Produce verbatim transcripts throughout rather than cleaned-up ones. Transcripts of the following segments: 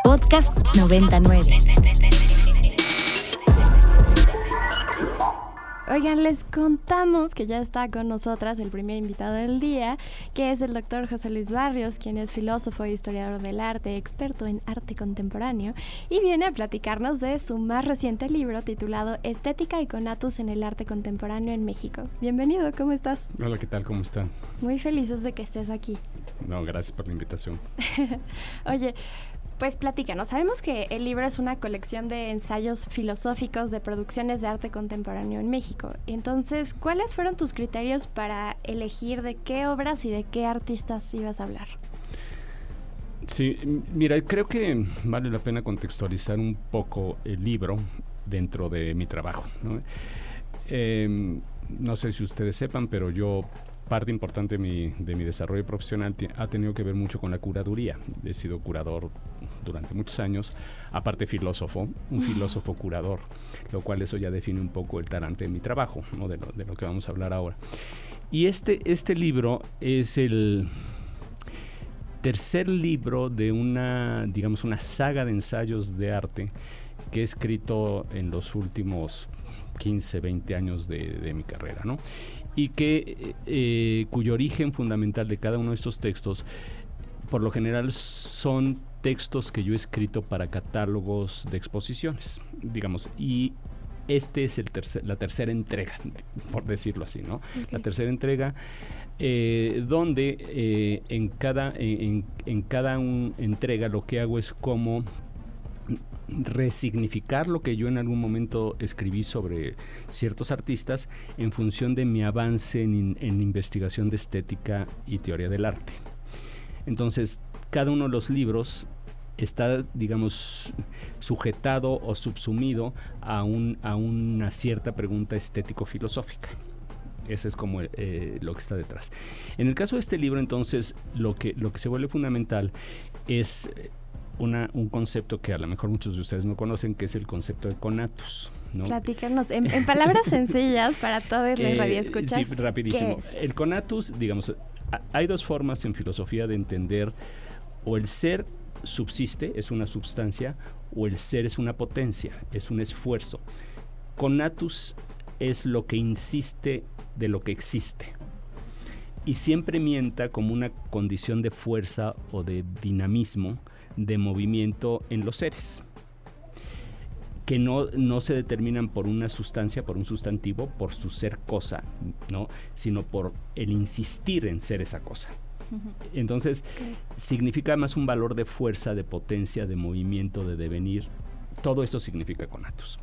Podcast noventa y nueve. Oigan, les contamos que ya está con nosotras el primer invitado del día, que es el doctor José Luis Barrios, quien es filósofo e historiador del arte, experto en arte contemporáneo, y viene a platicarnos de su más reciente libro titulado Estética y Conatus en el arte contemporáneo en México. Bienvenido, ¿cómo estás? Hola, ¿qué tal? ¿Cómo están? Muy felices de que estés aquí. No, gracias por la invitación. Oye, pues platícanos. Sabemos que el libro es una colección de ensayos filosóficos de producciones de arte contemporáneo en México. Entonces, ¿cuáles fueron tus criterios para elegir de qué obras y de qué artistas ibas a hablar? Sí, mira, creo que vale la pena contextualizar un poco el libro dentro de mi trabajo, ¿no? Eh, no sé si ustedes sepan, pero yo... parte importante de mi, de mi desarrollo profesional t- ha tenido que ver mucho con la curaduría. He sido curador durante muchos años, aparte filósofo, un filósofo curador, lo cual eso ya define un poco el talante de mi trabajo, ¿no? de, lo, de lo que vamos a hablar ahora. Y este, este libro es el tercer libro de una, digamos, una saga de ensayos de arte que he escrito en los últimos quince, veinte años de, de mi carrera, ¿no? Y que eh, cuyo origen fundamental de cada uno de estos textos, por lo general, son textos que yo he escrito para catálogos de exposiciones, digamos, y este es el tercer, la tercera entrega, por decirlo así, ¿no? Okay. La tercera entrega, eh, donde eh, en cada, en, en cada un, entrega lo que hago es como resignificar lo que yo en algún momento escribí sobre ciertos artistas en función de mi avance en, en investigación de estética y teoría del arte. Entonces, cada uno de los libros está, digamos, sujetado o subsumido a, un, a una cierta pregunta estético-filosófica. Ese es como eh, lo que está detrás. En el caso de este libro, entonces, lo que, lo que se vuelve fundamental es... Una, un concepto que a lo mejor muchos de ustedes no conocen, que es el concepto de conatus, ¿no? Platícanos, en, en palabras sencillas para todos los radioescuchas. Sí, rapidísimo. El conatus, digamos, hay dos formas en filosofía de entender: o el ser subsiste, es una substancia, o el ser es una potencia, es un esfuerzo. Conatus es lo que insiste de lo que existe. Y siempre mienta como una condición de fuerza o de dinamismo, de movimiento en los seres, que no, no se determinan por una sustancia, por un sustantivo, por su ser cosa, ¿no? Sino por el insistir en ser esa cosa. Uh-huh. Entonces, okay. Significa más un valor de fuerza, de potencia, de movimiento, de devenir. Todo eso significa conatus.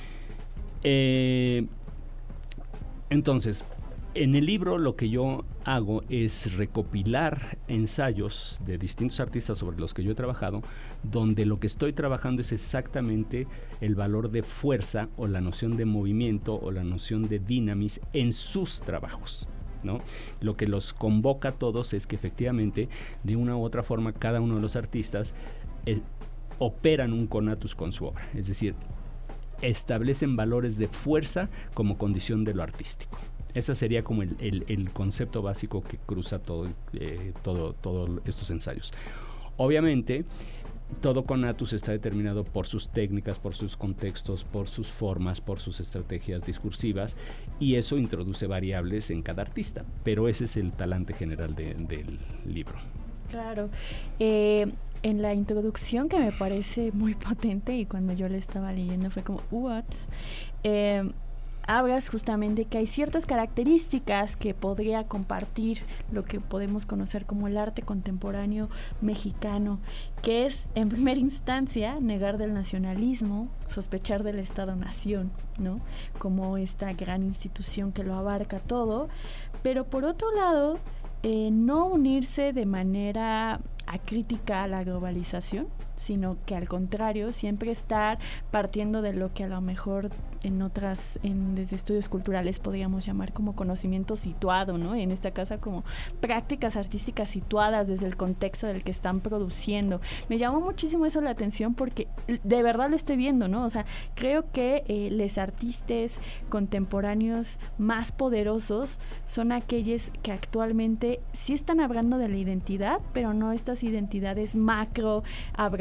Eh, entonces, en el libro lo que yo hago es recopilar ensayos de distintos artistas sobre los que yo he trabajado, donde lo que estoy trabajando es exactamente el valor de fuerza o la noción de movimiento o la noción de dinamis en sus trabajos, ¿no? Lo que los convoca a todos es que efectivamente, de una u otra forma, cada uno de los artistas es, operan un conatus con su obra, es decir, establecen valores de fuerza como condición de lo artístico. Ese sería como el, el, el concepto básico que cruza todo, eh, todo, todo estos ensayos. Obviamente, todo conatus está determinado por sus técnicas, por sus contextos, por sus formas, por sus estrategias discursivas, y eso introduce variables en cada artista, pero ese es el talante general de, del libro. Claro. Eh, en la introducción, que me parece muy potente, y cuando yo la estaba leyendo fue como, ¿what? Eh, hablas justamente que hay ciertas características que podría compartir lo que podemos conocer como el arte contemporáneo mexicano, que es, en primera instancia, negar del nacionalismo, sospechar del Estado-nación, ¿no? Como esta gran institución que lo abarca todo, pero por otro lado, eh, no unirse de manera acrítica a la globalización, sino que al contrario, siempre estar partiendo de lo que a lo mejor en otras, en, desde estudios culturales podríamos llamar como conocimiento situado, ¿no? En esta casa como prácticas artísticas situadas desde el contexto del que están produciendo. Me llamó muchísimo eso la atención porque de verdad lo estoy viendo, ¿no? O sea, creo que eh, los artistas contemporáneos más poderosos son aquellos que actualmente sí están hablando de la identidad, pero no estas identidades macro, abra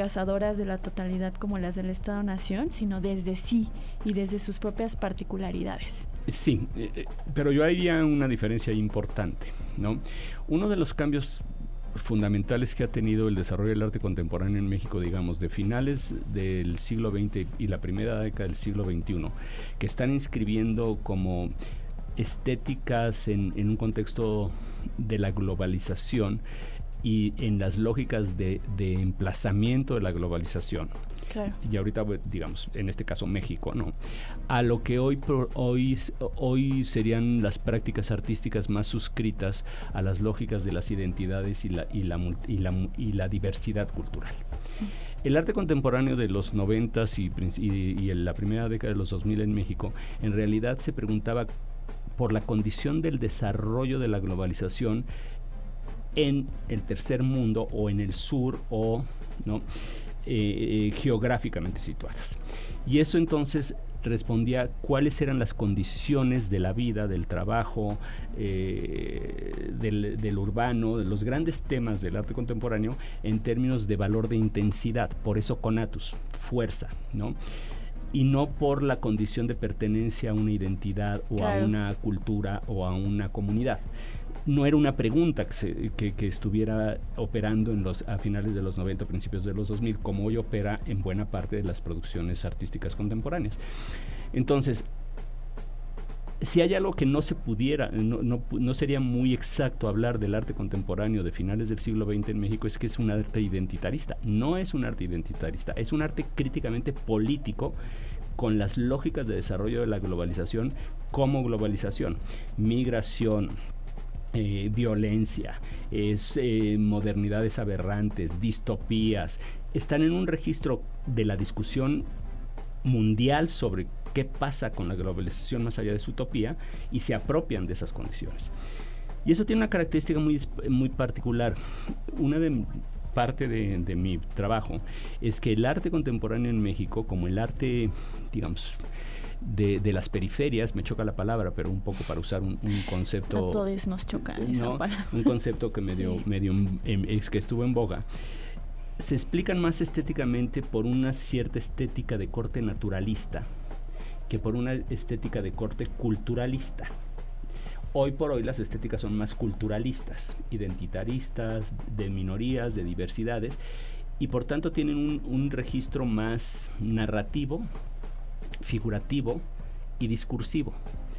abrazadoras de la totalidad como las del Estado-Nación, sino desde sí y desde sus propias particularidades. Sí, eh, pero yo haría una diferencia importante, ¿no? Uno de los cambios fundamentales que ha tenido el desarrollo del arte contemporáneo en México, digamos, de finales del siglo veinte y la primera década del siglo veintiuno, que están inscribiendo como estéticas en, en un contexto de la globalización y en las lógicas de, de emplazamiento de la globalización. Claro. Y ahorita, digamos, en este caso México, ¿no? A lo que hoy, hoy, hoy serían las prácticas artísticas más suscritas a las lógicas de las identidades y la, y la, y la, y la diversidad cultural. El arte contemporáneo de los noventas y, y, y en la primera década de los dos mil en México, en realidad se preguntaba por la condición del desarrollo de la globalización en el tercer mundo o en el sur o, ¿no? Eh, geográficamente situadas. Y eso entonces respondía cuáles eran las condiciones de la vida, del trabajo, eh, del, del urbano, de los grandes temas del arte contemporáneo en términos de valor de intensidad, por eso conatus, fuerza, ¿no? Y no por la condición de pertenencia a una identidad o claro. a una cultura o a una comunidad. No era una pregunta que, se, que, que estuviera operando en los, a finales de los noventa, principios de los dos mil, como hoy opera en buena parte de las producciones artísticas contemporáneas. Entonces, si hay algo que no se pudiera, no, no, no sería muy exacto hablar del arte contemporáneo de finales del siglo veinte en México, es que es un arte identitarista. No es un arte identitarista, es un arte críticamente político con las lógicas de desarrollo de la globalización como globalización, migración, Eh, violencia, es, eh, modernidades aberrantes, distopías, están en un registro de la discusión mundial sobre qué pasa con la globalización más allá de su utopía y se apropian de esas condiciones. Y eso tiene una característica muy, muy particular. Una de parte de, de mi trabajo es que el arte contemporáneo en México, como el arte, digamos, De, de las periferias, me choca la palabra, pero un poco para usar un, un concepto... A todos nos choca ¿no? esa palabra. Un concepto que medio, sí. medio es que estuvo en boga. Se explican más estéticamente por una cierta estética de corte naturalista que por una estética de corte culturalista. Hoy por hoy las estéticas son más culturalistas, identitaristas, de minorías, de diversidades, y por tanto tienen un, un registro más narrativo, figurativo y discursivo.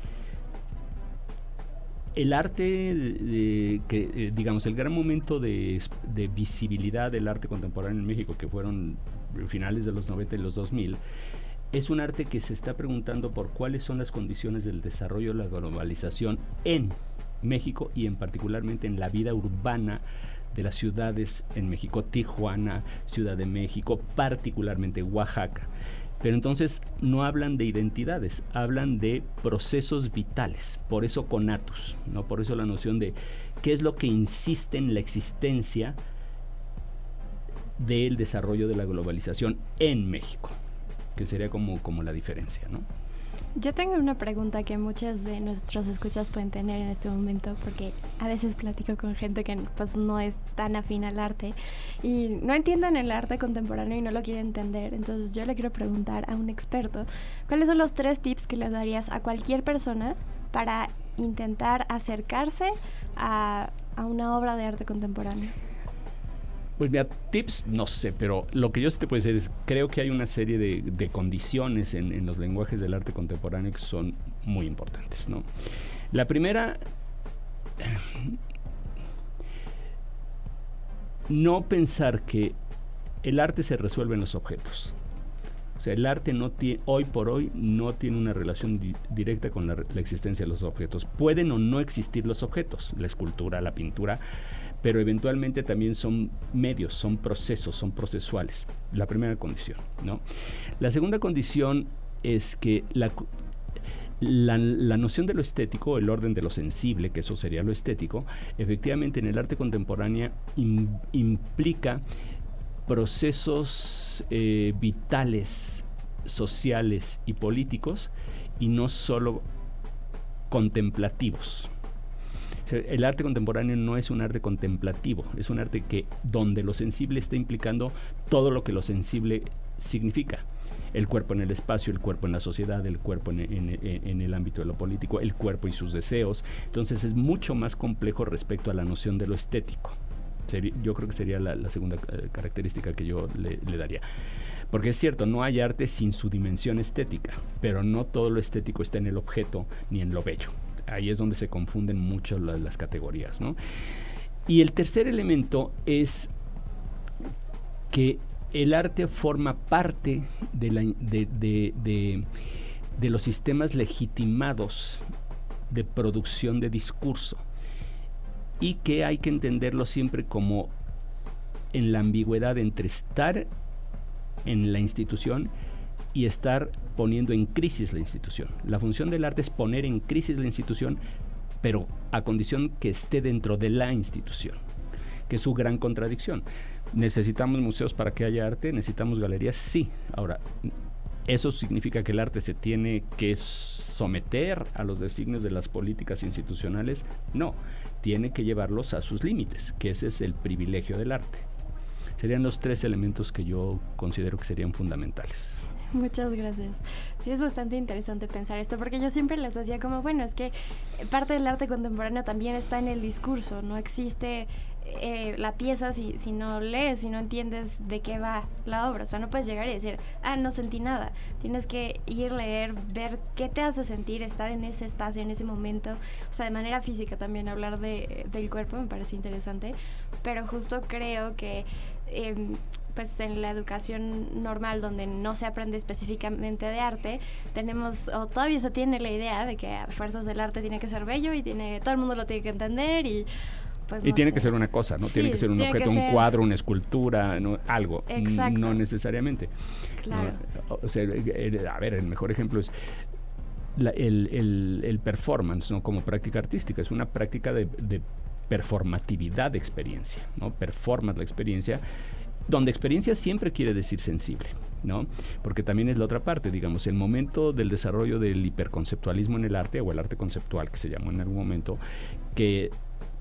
El arte, de, de, que eh, digamos, el gran momento de, de visibilidad del arte contemporáneo en México, que fueron finales de los noventa y los dos mil, es un arte que se está preguntando por cuáles son las condiciones del desarrollo de la globalización en México y en particularmente en la vida urbana de las ciudades en México, Tijuana, Ciudad de México, particularmente Oaxaca. Pero entonces no hablan de identidades, hablan de procesos vitales, por eso conatus, ¿no? Por eso la noción de qué es lo que insiste en la existencia del desarrollo de la globalización en México, que sería como, como la diferencia, ¿no? Yo tengo una pregunta que muchos de nuestros escuchas pueden tener en este momento, porque a veces platico con gente que pues no es tan afín al arte y no entienden el arte contemporáneo y no lo quieren entender. Entonces yo le quiero preguntar a un experto, ¿cuáles son los tres tips que le darías a cualquier persona para intentar acercarse a, a una obra de arte contemporáneo? Pues mira, tips, no sé, pero lo que yo sí te puedo decir es, creo que hay una serie de, de condiciones en, en los lenguajes del arte contemporáneo que son muy importantes, ¿no? La primera, no pensar que el arte se resuelve en los objetos. O sea, el arte no tiene, hoy por hoy no tiene una relación di- directa con la, la existencia de los objetos. Pueden o no existir los objetos, la escultura, la pintura, pero eventualmente también son medios, son procesos, son procesuales. La primera condición, ¿no? La segunda condición es que la, la, la noción de lo estético, el orden de lo sensible, que eso sería lo estético, efectivamente en el arte contemporáneo im, implica procesos eh, vitales, sociales y políticos, y no solo contemplativos. O sea, el arte contemporáneo no es un arte contemplativo, es un arte que donde lo sensible está implicando todo lo que lo sensible significa. El cuerpo en el espacio, el cuerpo en la sociedad, el cuerpo en, en, en el ámbito de lo político, el cuerpo y sus deseos. Entonces es mucho más complejo respecto a la noción de lo estético. Sería, yo creo que sería la, la segunda uh, característica que yo le, le daría. Porque es cierto, no hay arte sin su dimensión estética, pero no todo lo estético está en el objeto ni en lo bello. Ahí es donde se confunden mucho las, las categorías, ¿no? Y el tercer elemento es que el arte forma parte de, la, de, de, de, de los sistemas legitimados de producción de discurso y que hay que entenderlo siempre como en la ambigüedad entre estar en la institución y estar poniendo en crisis la institución. La función del arte es poner en crisis la institución, pero a condición que esté dentro de la institución, que es su gran contradicción. ¿Necesitamos museos para que haya arte? ¿Necesitamos galerías? Sí. Ahora, ¿eso significa que el arte se tiene que someter a los designios de las políticas institucionales? No, tiene que llevarlos a sus límites, que ese es el privilegio del arte. Serían los tres elementos que yo considero que serían fundamentales. Muchas gracias. Sí, es bastante interesante pensar esto, porque yo siempre les decía como, bueno, es que parte del arte contemporáneo también está en el discurso, no existe eh, la pieza si, si no lees, si no entiendes de qué va la obra. O sea, no puedes llegar y decir, ah, no sentí nada. Tienes que ir, leer, ver qué te hace sentir, estar en ese espacio, en ese momento. O sea, de manera física también hablar de, del cuerpo me parece interesante, pero justo creo que eh, pues en la educación normal, donde no se aprende específicamente de arte, tenemos, o todavía se tiene la idea de que a fuerzas del arte tiene que ser bello y tiene, todo el mundo lo tiene que entender y pues y no tiene sé. que ser una cosa, ¿no? Sí, tiene que ser un tiene objeto, que un ser... cuadro, una escultura, ¿no? Algo. Exacto. No necesariamente. Claro. ¿No? O sea, el, a ver, el mejor ejemplo es la, el, el, el performance, ¿no? Como práctica artística. Es una práctica de, de performatividad de experiencia, ¿no? Performas la experiencia, donde experiencia siempre quiere decir sensible, ¿no? Porque también es la otra parte, digamos, el momento del desarrollo del hiperconceptualismo en el arte, o el arte conceptual que se llamó en algún momento, que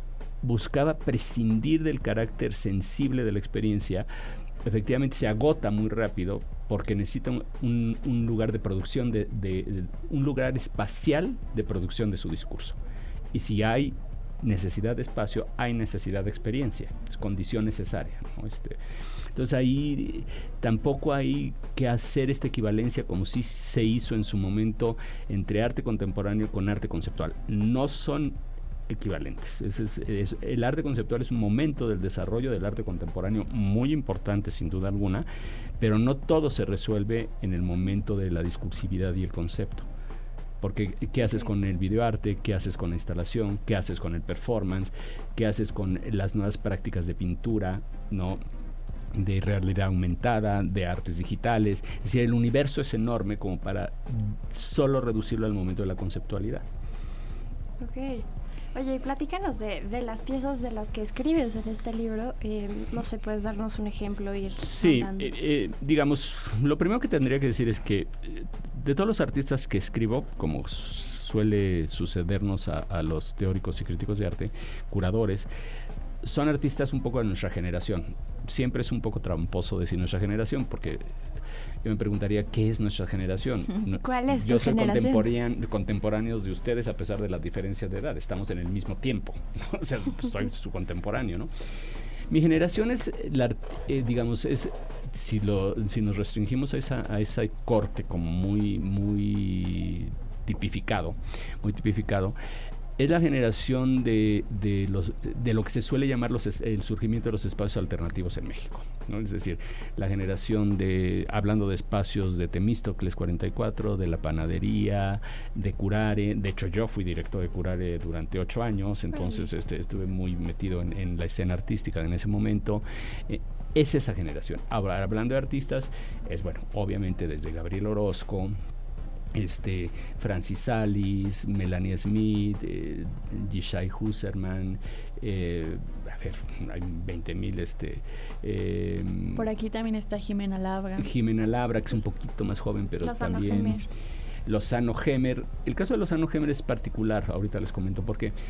buscaba prescindir del carácter sensible de la experiencia, efectivamente se agota muy rápido porque necesita un, un lugar de producción, de, de, de, un lugar espacial de producción de su discurso. Y si hay necesidad de espacio, hay necesidad de experiencia, es condición necesaria, ¿no? Este, entonces ahí tampoco hay que hacer esta equivalencia como si se hizo en su momento entre arte contemporáneo con arte conceptual. No son equivalentes. Es, es, es, el arte conceptual es un momento del desarrollo del arte contemporáneo muy importante, sin duda alguna, pero no todo se resuelve en el momento de la discursividad y el concepto. Porque ¿qué haces con el videoarte? ¿Qué haces con la instalación? ¿Qué haces con el performance? ¿Qué haces con las nuevas prácticas de pintura, ¿no? De realidad aumentada, de artes digitales? Es decir, el universo es enorme como para solo reducirlo al momento de la conceptualidad. Ok. Oye, y platícanos de, de las piezas de las que escribes en este libro. Eh, no sé, ¿puedes darnos un ejemplo? Ir sí, eh, eh, digamos, lo primero que tendría que decir es que eh, de todos los artistas que escribo, como suele sucedernos a, a los teóricos y críticos de arte, curadores, son artistas un poco de nuestra generación. Siempre es un poco tramposo decir nuestra generación, porque yo me preguntaría, ¿qué es nuestra generación? ¿Cuál es tu Yo soy generación? contemporáneo, contemporáneos de ustedes a pesar de las diferencias de edad. Estamos en el mismo tiempo, ¿no? O sea, soy su contemporáneo, ¿no? Mi generación es, la, eh, digamos, es si, lo, si nos restringimos a, esa, a ese corte como muy, muy tipificado, muy tipificado, es la generación de, de, los, de lo que se suele llamar los, el surgimiento de los espacios alternativos en México, ¿no? Es decir, la generación de, hablando de espacios de Temístocles cuarenta y cuatro, de la Panadería, de Curare. De hecho, yo fui director de Curare durante ocho años, entonces este, estuve muy metido en, en la escena artística en ese momento. Eh, es esa generación. Ahora, hablando de artistas, es bueno, obviamente desde Gabriel Orozco, Este, Francis Salis, Melania Smith, eh, Yishai Husserman, eh, a ver, hay veinte mil, este... Eh, por aquí también está Jimena Labra. Jimena Labra, que es un poquito más joven, pero Lozano también... Gemer. Lozano Gemer. El caso de Lozano Gemer es particular, ahorita les comento por qué.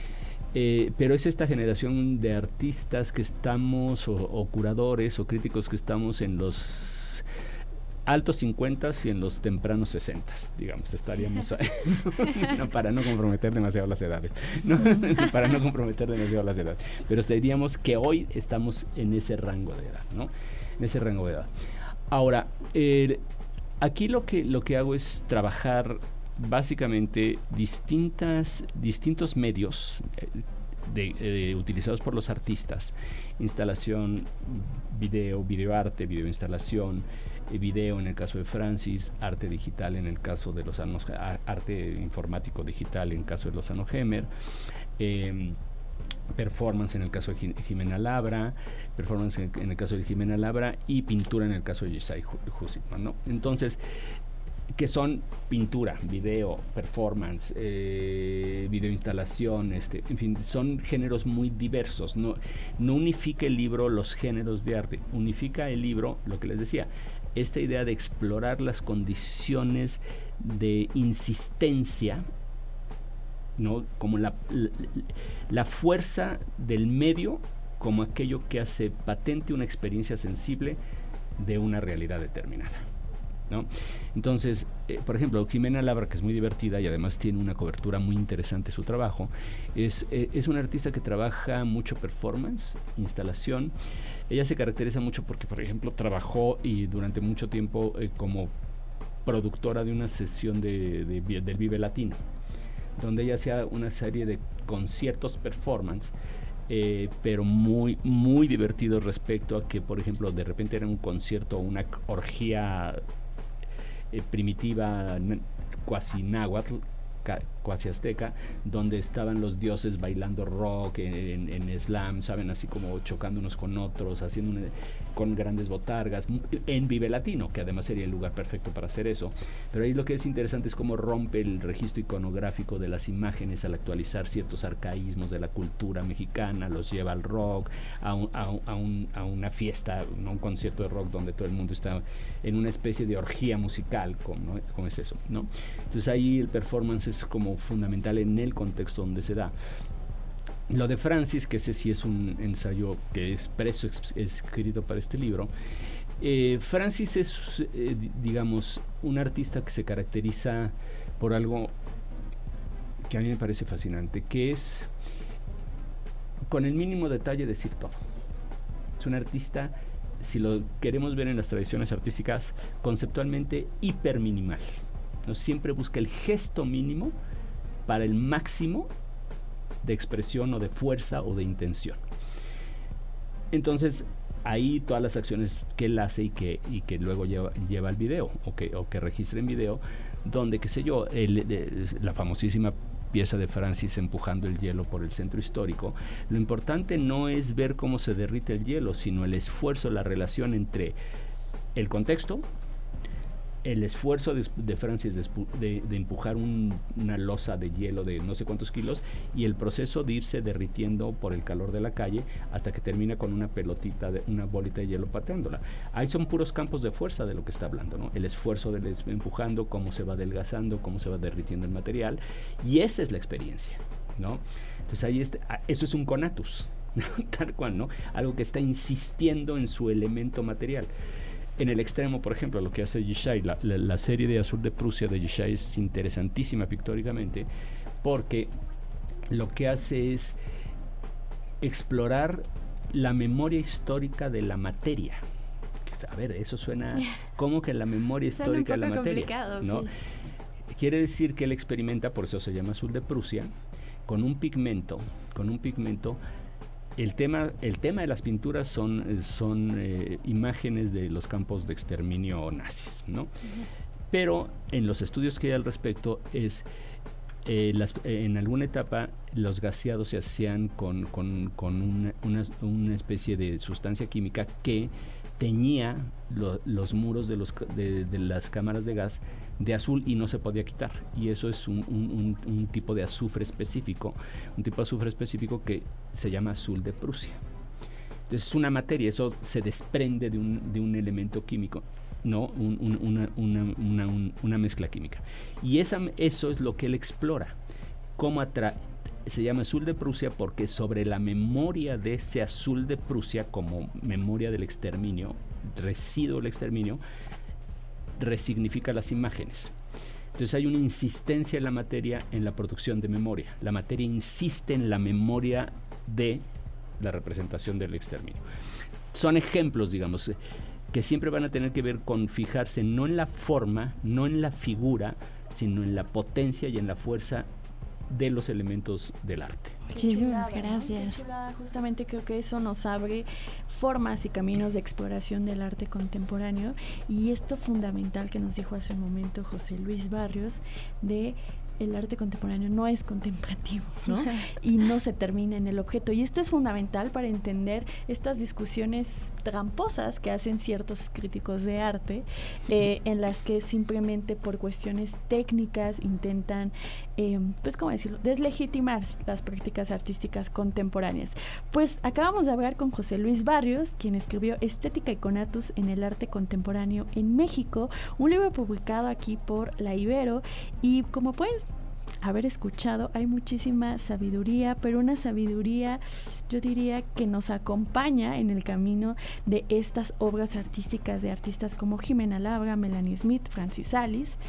Eh, pero es esta generación de artistas que estamos, o, o curadores, o críticos que estamos en los altos cincuentas y en los tempranos sesentas, digamos, estaríamos ahí. No, para no comprometer demasiado las edades, ¿no? Para no comprometer demasiado las edades, pero diríamos que hoy estamos en ese rango de edad, ¿no? En ese rango de edad. Ahora, eh, aquí lo que, lo que hago es trabajar básicamente distintas, distintos medios eh, de, eh, utilizados por los artistas: instalación, video, videoarte, videoinstalación, eh, video en el caso de Francis, arte digital en el caso de Lozano, arte informático digital en el caso de Lozano Hemer, eh, performance en el caso de Jimena Labra, performance en, en el caso de Jimena Labra y pintura en el caso de Yeshai Husitman, ¿no? Entonces, que son pintura, video, performance, eh, videoinstalación, este, en fin, son géneros muy diversos. No, no unifica el libro los géneros de arte, unifica el libro, lo que les decía, esta idea de explorar las condiciones de insistencia, ¿no? Como la, la, la fuerza del medio como aquello que hace patente una experiencia sensible de una realidad determinada, ¿no? Entonces, eh, por ejemplo, Jimena Labra, que es muy divertida y además tiene una cobertura muy interesante su trabajo, es, eh, es una artista que trabaja mucho performance, instalación. Ella se caracteriza mucho porque, por ejemplo, trabajó y durante mucho tiempo eh, como productora de una sesión de, de, de, del Vive Latino, donde ella hacía una serie de conciertos performance, eh, pero muy, muy divertidos respecto a que, por ejemplo, de repente era un concierto o una orgía eh, primitiva, cuasi náhuatl, cuasi azteca, donde estaban los dioses bailando rock en, en, en slam, saben, así como chocando unos con otros, haciendo una, con grandes botargas, en Vive Latino, que además sería el lugar perfecto para hacer eso. Pero ahí lo que es interesante es cómo rompe el registro iconográfico de las imágenes al actualizar ciertos arcaísmos de la cultura mexicana, los lleva al rock, a, un, a, un, a, un, a una fiesta, ¿no? Un concierto de rock donde todo el mundo está en una especie de orgía musical, ¿no? ¿Cómo es eso, no? Entonces ahí el performance es como fundamental en el contexto donde se da. Lo de Francis, que ese sí es un ensayo que es preso ex, escrito para este libro. eh, Francis es eh, digamos un artista que se caracteriza por algo que a mí me parece fascinante, que es con el mínimo detalle decir todo. Es un artista, si lo queremos ver en las tradiciones artísticas, conceptualmente hiperminimal, ¿no? Siempre busca el gesto mínimo para el máximo de expresión o de fuerza o de intención. Entonces, ahí todas las acciones que él hace y que, y que luego lleva, lleva al video o que, o que registra en video, donde, qué sé yo, el, de, la famosísima pieza de Francis empujando el hielo por el centro histórico. Lo importante no es ver cómo se derrite el hielo, sino el esfuerzo, la relación entre el contexto, el esfuerzo de, de Francis de, de, de empujar un, una losa de hielo de no sé cuántos kilos y el proceso de irse derritiendo por el calor de la calle hasta que termina con una pelotita, de, una bolita de hielo pateándola. Ahí son puros campos de fuerza de lo que está hablando, ¿no? El esfuerzo de empujando, cómo se va adelgazando, cómo se va derritiendo el material, y esa es la experiencia, ¿no? Entonces ahí este, eso es un conatus, ¿no? Tal cual, ¿no? Algo que está insistiendo en su elemento material. En el extremo, por ejemplo, lo que hace Yeshai, la, la, la serie de Azul de Prusia de Yeshai es interesantísima pictóricamente, porque lo que hace es explorar la memoria histórica de la materia. A ver, eso suena como que la memoria histórica de la materia, ¿no? Sí. Quiere decir que él experimenta, por eso se llama Azul de Prusia, con un pigmento, con un pigmento. El tema, el tema de las pinturas son, son eh, imágenes de los campos de exterminio nazis, ¿no? Uh-huh. Pero en los estudios que hay al respecto es, eh, las, eh, en alguna etapa los gaseados se hacían con, con, con una, una, una especie de sustancia química que teñía lo, los muros de, los, de, de las cámaras de gas de azul y no se podía quitar, y eso es un, un, un, un tipo de azufre específico, un tipo de azufre específico que se llama azul de Prusia. Entonces es una materia, eso se desprende de un, de un elemento químico, no un, un, una, una, una, un, una mezcla química, y esa, eso es lo que él explora, cómo atra- se llama azul de Prusia porque sobre la memoria de ese azul de Prusia, como memoria del exterminio, residuo del exterminio, resignifica las imágenes. Entonces hay una insistencia en la materia en la producción de memoria. La materia insiste en la memoria de la representación del exterminio. Son ejemplos, digamos, que siempre van a tener que ver con fijarse no en la forma, no en la figura, sino en la potencia y en la fuerza de los elementos del arte. Muchísimas Qué chulada, gracias. ¿no? Qué chulada. Justamente creo que eso nos abre formas y caminos de exploración del arte contemporáneo, y esto fundamental que nos dijo hace un momento José Luis Barrios, de el arte contemporáneo no es contemplativo, ¿no? Y no se termina en el objeto. Y esto es fundamental para entender estas discusiones tramposas que hacen ciertos críticos de arte, eh, en las que simplemente por cuestiones técnicas intentan, eh, pues, ¿cómo decirlo?, deslegitimar las prácticas artísticas contemporáneas. Pues acabamos de hablar con José Luis Barrios, quien escribió Estética y Conatus en el arte contemporáneo en México, un libro publicado aquí por La Ibero, y como pueden haber escuchado, hay muchísima sabiduría, pero una sabiduría, yo diría, que nos acompaña en el camino de estas obras artísticas de artistas como Jimena Labra, Melanie Smith, Francis Alice.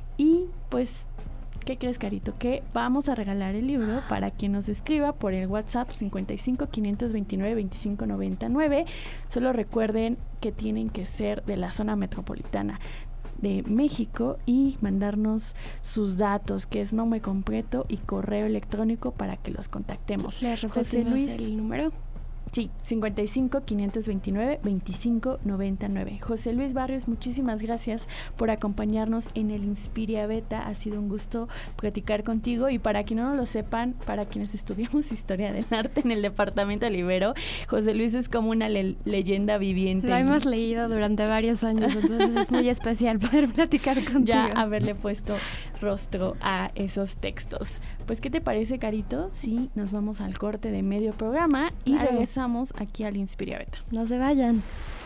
Y pues, ¿qué crees, Carito? Que vamos a regalar el libro para quien nos escriba por el WhatsApp cincuenta y cinco, quinientos veintinueve, veinticinco noventa y nueve. Solo recuerden que tienen que ser de la zona metropolitana de México y mandarnos sus datos, que es nombre completo y correo electrónico, para que los contactemos. ¿Les repetimos Luis, el número? Sí, cincuenta y cinco, quinientos veintinueve, veinticinco noventa y nueve. José Luis Barrios, muchísimas gracias por acompañarnos en el Inspiria Beta. Ha sido un gusto platicar contigo, y para quienes no lo sepan, para quienes estudiamos Historia del Arte en el Departamento de Ibero, José Luis es como una le- leyenda viviente. Lo hemos leído durante varios años, entonces es muy especial poder platicar contigo. Ya haberle puesto rostro a esos textos. Pues, ¿qué te parece, Carito, si nos vamos al corte de medio programa y Claro. regresamos aquí al Inspiria Beta? No se vayan.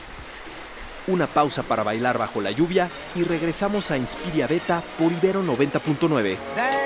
Una pausa para bailar bajo la lluvia y regresamos a Inspiria Beta por Ibero noventa punto nueve.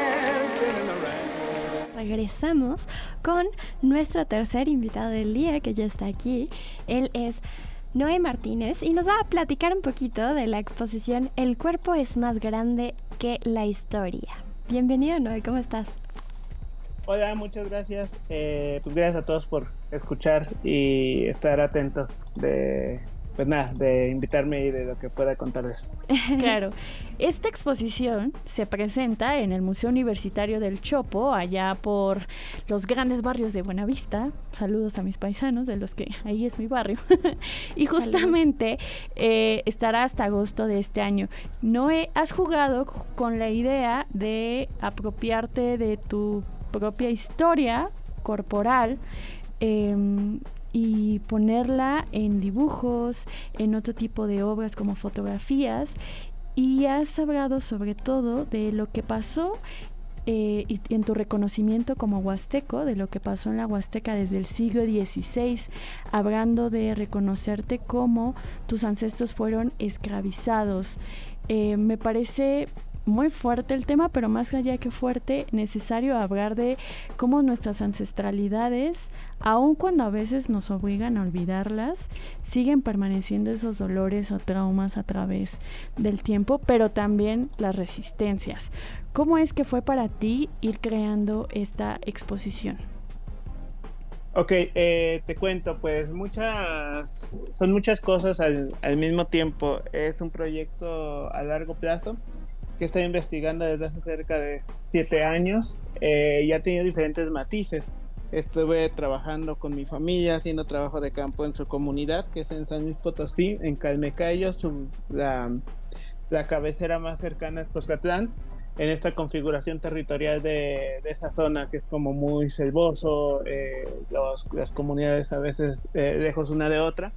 Regresamos con nuestro tercer invitado del día, que ya está aquí. Él es Noé Martínez y nos va a platicar un poquito de la exposición El cuerpo es más grande que la historia. Bienvenido, Noé, ¿cómo estás? Hola, muchas gracias. Eh, pues gracias a todos por escuchar y estar atentos de, pues nada, de invitarme y de lo que pueda contarles. Claro, esta exposición se presenta en el Museo Universitario del Chopo, allá por los grandes barrios de Buenavista. Saludos a mis paisanos, de los que ahí es mi barrio. Y justamente eh, estará hasta agosto de este año. Noé, ¿has jugado con la idea de apropiarte de tu propia historia corporal eh, y ponerla en dibujos, en otro tipo de obras como fotografías? Y has hablado sobre todo de lo que pasó eh, y en tu reconocimiento como huasteco, de lo que pasó en la Huasteca desde el siglo dieciséis, hablando de reconocerte como tus ancestros fueron esclavizados. Eh, me parece muy fuerte el tema, pero más allá que fuerte, necesario hablar de cómo nuestras ancestralidades, aun cuando a veces nos obligan a olvidarlas, siguen permaneciendo esos dolores o traumas a través del tiempo, pero también las resistencias. ¿Cómo es que fue para ti ir creando esta exposición? Ok, eh, te cuento, pues muchas, son muchas cosas al, al mismo tiempo. Es un proyecto a largo plazo que estoy investigando desde hace cerca de siete años. Eh, y ha tenido diferentes matices. Estuve trabajando con mi familia, haciendo trabajo de campo en su comunidad, que es en San Luis Potosí, en Calmecayo. Su, la, la cabecera más cercana es Cuscatlán, en esta configuración territorial de, de esa zona, que es como muy selvoso, eh, los, las comunidades a veces eh, lejos una de otra.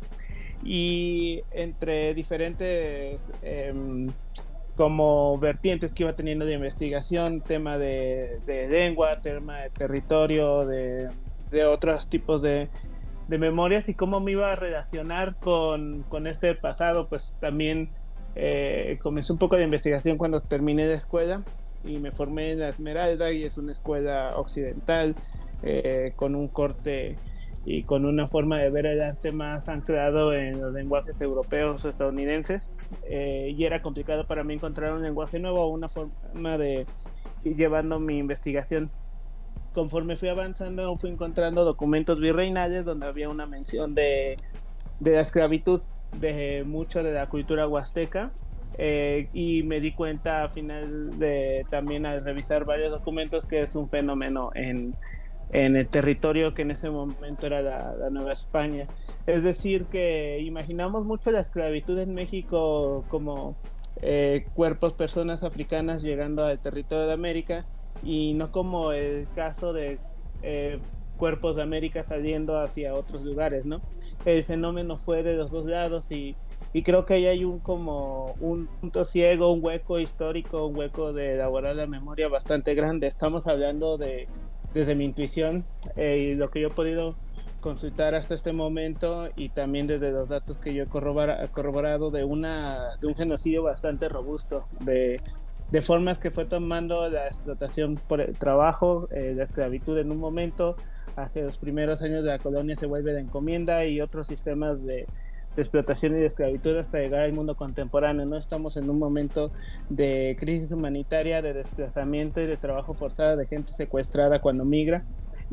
Y entre diferentes eh, como vertientes que iba teniendo de investigación, tema de, de lengua, tema de territorio, de, de otros tipos de, de memorias, y cómo me iba a relacionar con, con este pasado. Pues también eh, comencé un poco de investigación cuando terminé de escuela, y me formé en la Esmeralda, y es una escuela occidental eh, con un corte y con una forma de ver el arte más anclado en los lenguajes europeos o estadounidenses, eh, y era complicado para mí encontrar un lenguaje nuevo o una forma de ir llevando mi investigación. Conforme fui avanzando, fui encontrando documentos virreinales donde había una mención de, de la esclavitud de mucho de la cultura huasteca, eh, y me di cuenta al final de también al revisar varios documentos que es un fenómeno en en el territorio que en ese momento era la, la Nueva España. Es decir, que imaginamos mucho la esclavitud en México como eh, cuerpos, personas africanas llegando al territorio de América, y no como el caso de eh, cuerpos de América saliendo hacia otros lugares, ¿no? El fenómeno fue de los dos lados, y, y creo que ahí hay un como un punto ciego, un hueco histórico, un hueco de elaborar la memoria bastante grande. Estamos hablando de desde mi intuición eh, y lo que yo he podido consultar hasta este momento, y también desde los datos que yo he corrobora, corroborado de, una, de un genocidio bastante robusto, de, de formas que fue tomando la explotación por el trabajo, eh, la esclavitud en un momento, hacia los primeros años de la colonia se vuelve la encomienda y otros sistemas de de explotación y de esclavitud hasta llegar al mundo contemporáneo. No estamos en un momento de crisis humanitaria, de desplazamiento y de trabajo forzado de gente secuestrada cuando migra,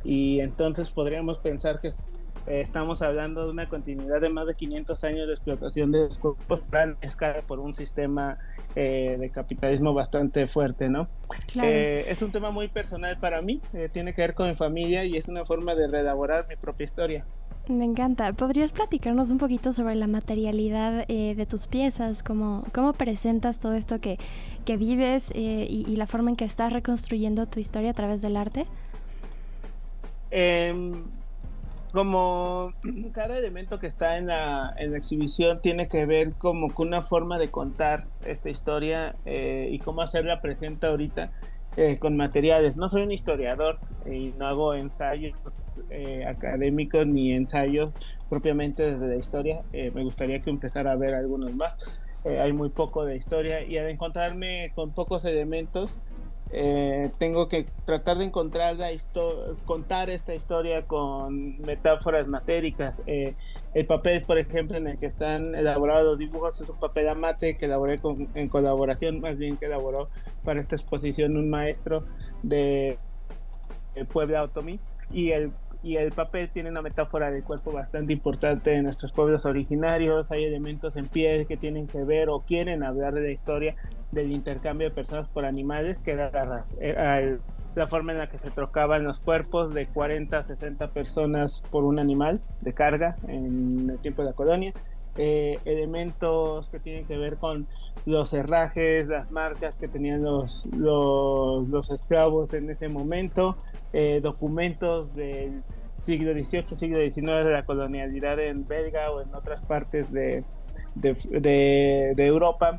y entonces podríamos pensar que eh, estamos hablando de una continuidad de más de quinientos años de explotación de los cuerpos a gran escala por un sistema eh, de capitalismo bastante fuerte, ¿no? Claro. Eh, es un tema muy personal para mí, eh, tiene que ver con mi familia y es una forma de reelaborar mi propia historia. Me encanta. ¿Podrías platicarnos un poquito sobre la materialidad eh, de tus piezas? ¿Cómo, cómo presentas todo esto que, que vives eh, y, y la forma en que estás reconstruyendo tu historia a través del arte? Eh, como cada elemento que está en la, en la exhibición tiene que ver como con una forma de contar esta historia eh, y cómo hacerla presente ahorita. Eh, con materiales. No soy un historiador y no hago ensayos eh, académicos ni ensayos propiamente desde la historia. Eh, me gustaría que empezara a ver algunos más. Eh, hay muy poco de historia, y al encontrarme con pocos elementos eh, tengo que tratar de encontrar la histo- contar esta historia con metáforas matéricas. Eh, el papel, por ejemplo, en el que están elaborados los dibujos es un papel amate que elaboré con, en colaboración, más bien que elaboró para esta exposición un maestro de, de Puebla Otomí, y el y el papel tiene una metáfora del cuerpo bastante importante en nuestros pueblos originarios. Hay elementos en piel que tienen que ver o quieren hablar de la historia del intercambio de personas por animales, que era la, era el, la forma en la que se trocaban los cuerpos de cuarenta a sesenta personas por un animal de carga en el tiempo de la colonia. Eh, elementos que tienen que ver con los herrajes, las marcas que tenían los, los, los esclavos en ese momento, eh, documentos del siglo dieciocho, siglo diecinueve de la colonialidad en Belga o en otras partes de, de, de, de Europa,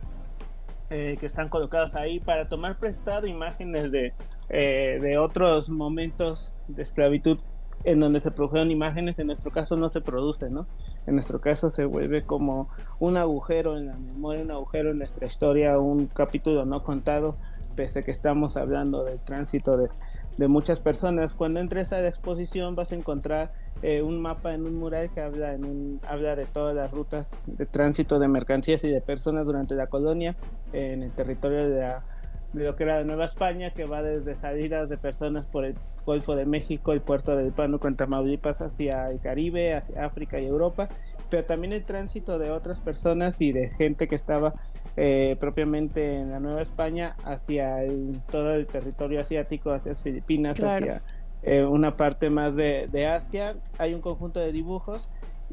eh, que están colocados ahí para tomar prestado imágenes de, eh, de otros momentos de esclavitud en donde se produjeron imágenes. En nuestro caso no se produce, ¿no? En nuestro caso se vuelve como un agujero en la memoria, un agujero en nuestra historia, un capítulo no contado, pese a que estamos hablando del tránsito de, de muchas personas. Cuando entres a la exposición vas a encontrar eh, un mapa en un mural que habla, en un, habla de todas las rutas de tránsito de mercancías y de personas durante la colonia eh, en el territorio de la de lo que era la Nueva España, que va desde salidas de personas por el Golfo de México, el puerto del Pánuco en Tamaulipas, hacia el Caribe, hacia África y Europa, pero también el tránsito de otras personas y de gente que estaba eh, propiamente en la Nueva España hacia el, todo el territorio asiático, hacia las Filipinas, claro. hacia eh, una parte más de, de Asia. Hay un conjunto de dibujos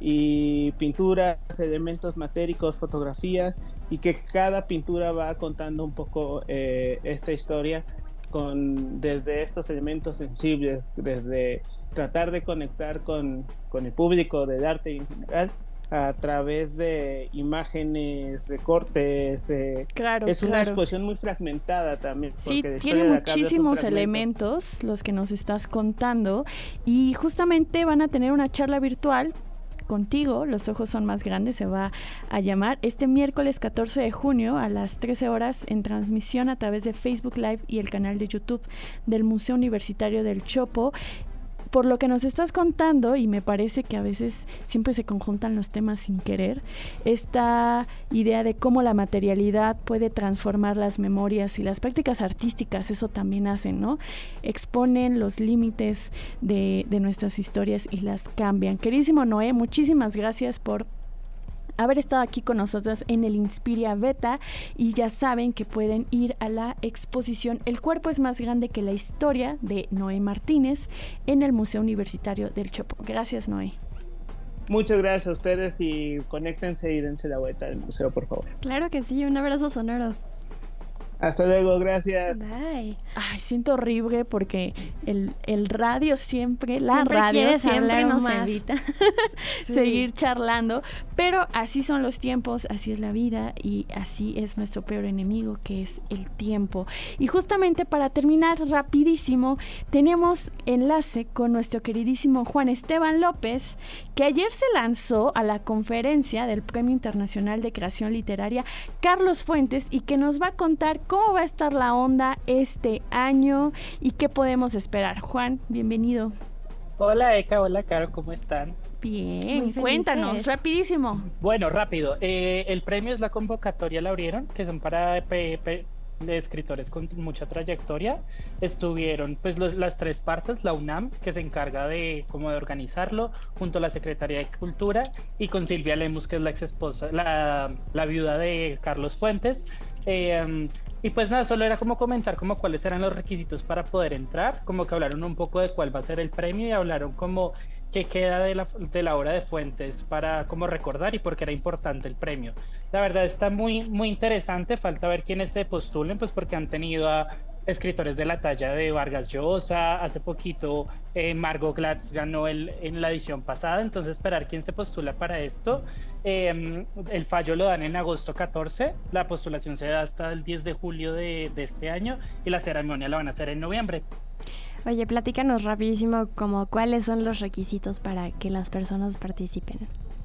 y pinturas, elementos matéricos, fotografías, y que cada pintura va contando un poco eh, esta historia con desde estos elementos sensibles, desde tratar de conectar con, con el público del arte en general a través de imágenes, recortes. Eh, claro, es una claro. exposición muy fragmentada también. Sí, tiene muchísimos elementos los que nos estás contando, y justamente van a tener una charla virtual contigo, Los ojos son más grandes, se va a llamar este miércoles catorce de junio a las trece horas en transmisión a través de Facebook Live y el canal de YouTube del Museo Universitario del Chopo. Por lo que nos estás contando, y me parece que a veces siempre se conjuntan los temas sin querer, esta idea de cómo la materialidad puede transformar las memorias y las prácticas artísticas, eso también hacen, ¿no? Exponen los límites de, de nuestras historias y las cambian. Queridísimo Noé, muchísimas gracias por haber estado aquí con nosotros en el Inspiria Beta, y ya saben que pueden ir a la exposición El cuerpo es más grande que la historia de Noé Martínez en el Museo Universitario del Chopo. Gracias, Noé. Muchas gracias a ustedes y conéctense y dense la vuelta al museo, por favor. Claro que sí, un abrazo sonoro. Hasta luego, gracias. Bye. Ay, siento horrible porque el, el radio siempre, la siempre radio siempre nos más. evita Sí. seguir charlando, pero así son los tiempos, así es la vida y así es nuestro peor enemigo, que es el tiempo. Y justamente para terminar rapidísimo, tenemos enlace con nuestro queridísimo Juan Esteban López, que ayer se lanzó a la conferencia del Premio Internacional de Creación Literaria Carlos Fuentes y que nos va a contar cómo va a estar la onda este año y qué podemos esperar. Juan, bienvenido. Hola Eka, hola Caro, ¿cómo están? Bien, cuéntanos, rapidísimo. Bueno, rápido. Eh, el premio es la convocatoria, la abrieron, que son para P P de escritores con mucha trayectoria. Estuvieron pues los, las tres partes, la UNAM, que se encarga de como de organizarlo, junto a la Secretaría de Cultura, y con Silvia Lemus, que es la ex esposa, la, la viuda de Carlos Fuentes. Eh, um, y pues nada, solo era como comentar como cuáles eran los requisitos para poder entrar, como que hablaron un poco de cuál va a ser el premio y hablaron como qué queda de la, de la obra de Fuentes para como recordar y por qué era importante el premio. La verdad está muy, muy interesante, falta ver quiénes se postulen, pues porque han tenido a escritores de la talla de Vargas Llosa, hace poquito eh, Margot Glantz ganó el, en la edición pasada, entonces esperar quién se postula para esto. Eh, el fallo lo dan en agosto catorce, la postulación se da hasta el diez de julio de, de este año y la ceremonia la van a hacer en noviembre. Oye, platícanos rapidísimo como cuáles son los requisitos para que las personas participen.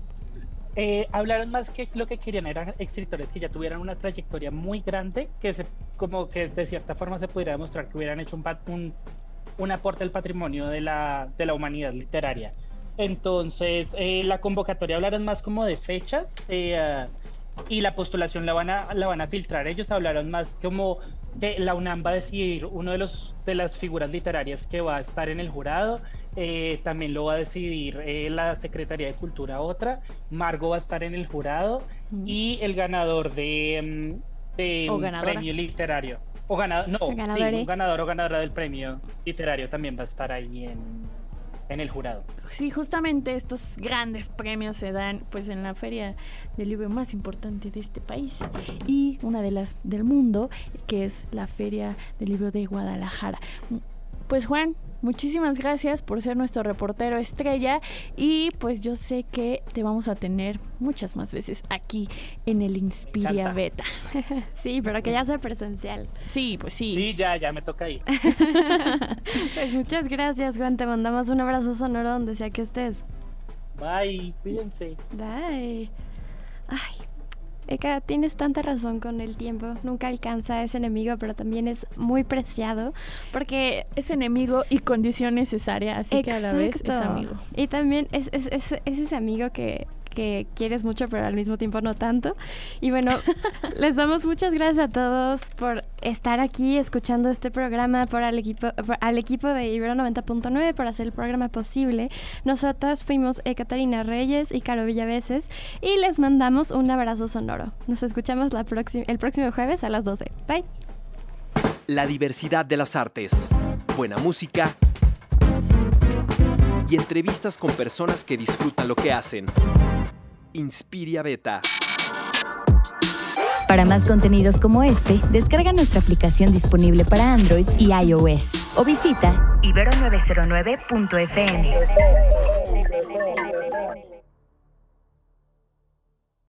Eh, hablaron más que lo que querían eran escritores que ya tuvieran una trayectoria muy grande, que se, como que de cierta forma se pudiera demostrar que hubieran hecho un, un, un aporte al patrimonio de la, de la humanidad literaria. Entonces, eh, la convocatoria hablaron más como de fechas eh, y la postulación la van a, la van a filtrar. Ellos hablaron más como que la UNAM va a decidir uno de los de las figuras literarias que va a estar en el jurado. Eh, también lo va a decidir eh, la Secretaría de Cultura otra, Margot va a estar en el jurado mm. y el ganador de, de un premio literario o ganador, no, sí, un ganador o ganadora del premio literario también va a estar ahí en, en el jurado. Sí, justamente estos grandes premios se dan pues en la feria del libro más importante de este país y una de las del mundo, que es la Feria del Libro de Guadalajara. Pues Juan, muchísimas gracias por ser nuestro reportero estrella y pues yo sé que te vamos a tener muchas más veces aquí en el Inspiria Beta. Sí, pero que ya sea presencial. Sí, pues sí. Sí, ya, ya me toca ir. Pues muchas gracias, Juan, te mandamos un abrazo sonoro donde sea que estés. Bye, cuídense. Bye. Ay, Eka, tienes tanta razón con el tiempo, nunca alcanza a ese enemigo, pero también es muy preciado, porque es enemigo y condición necesaria, así exacto. Que a la vez es amigo. Y también es, es, es, es ese amigo que, que quieres mucho, pero al mismo tiempo no tanto. Y bueno, les damos muchas gracias a todos por estar aquí escuchando este programa, por al equipo, por, al equipo de Ibero noventa punto nueve por hacer el programa posible. Nosotros fuimos Ekaterina Reyes y Caro Villaveses y les mandamos un abrazo sonoro. Nos escuchamos la próxima, el próximo jueves a las doce. Bye. La diversidad de las artes, buena música y entrevistas con personas que disfrutan lo que hacen. Inspiria Beta. Para más contenidos como este, descarga nuestra aplicación disponible para Android y iOS o visita ibero novecientos nueve punto efe eme.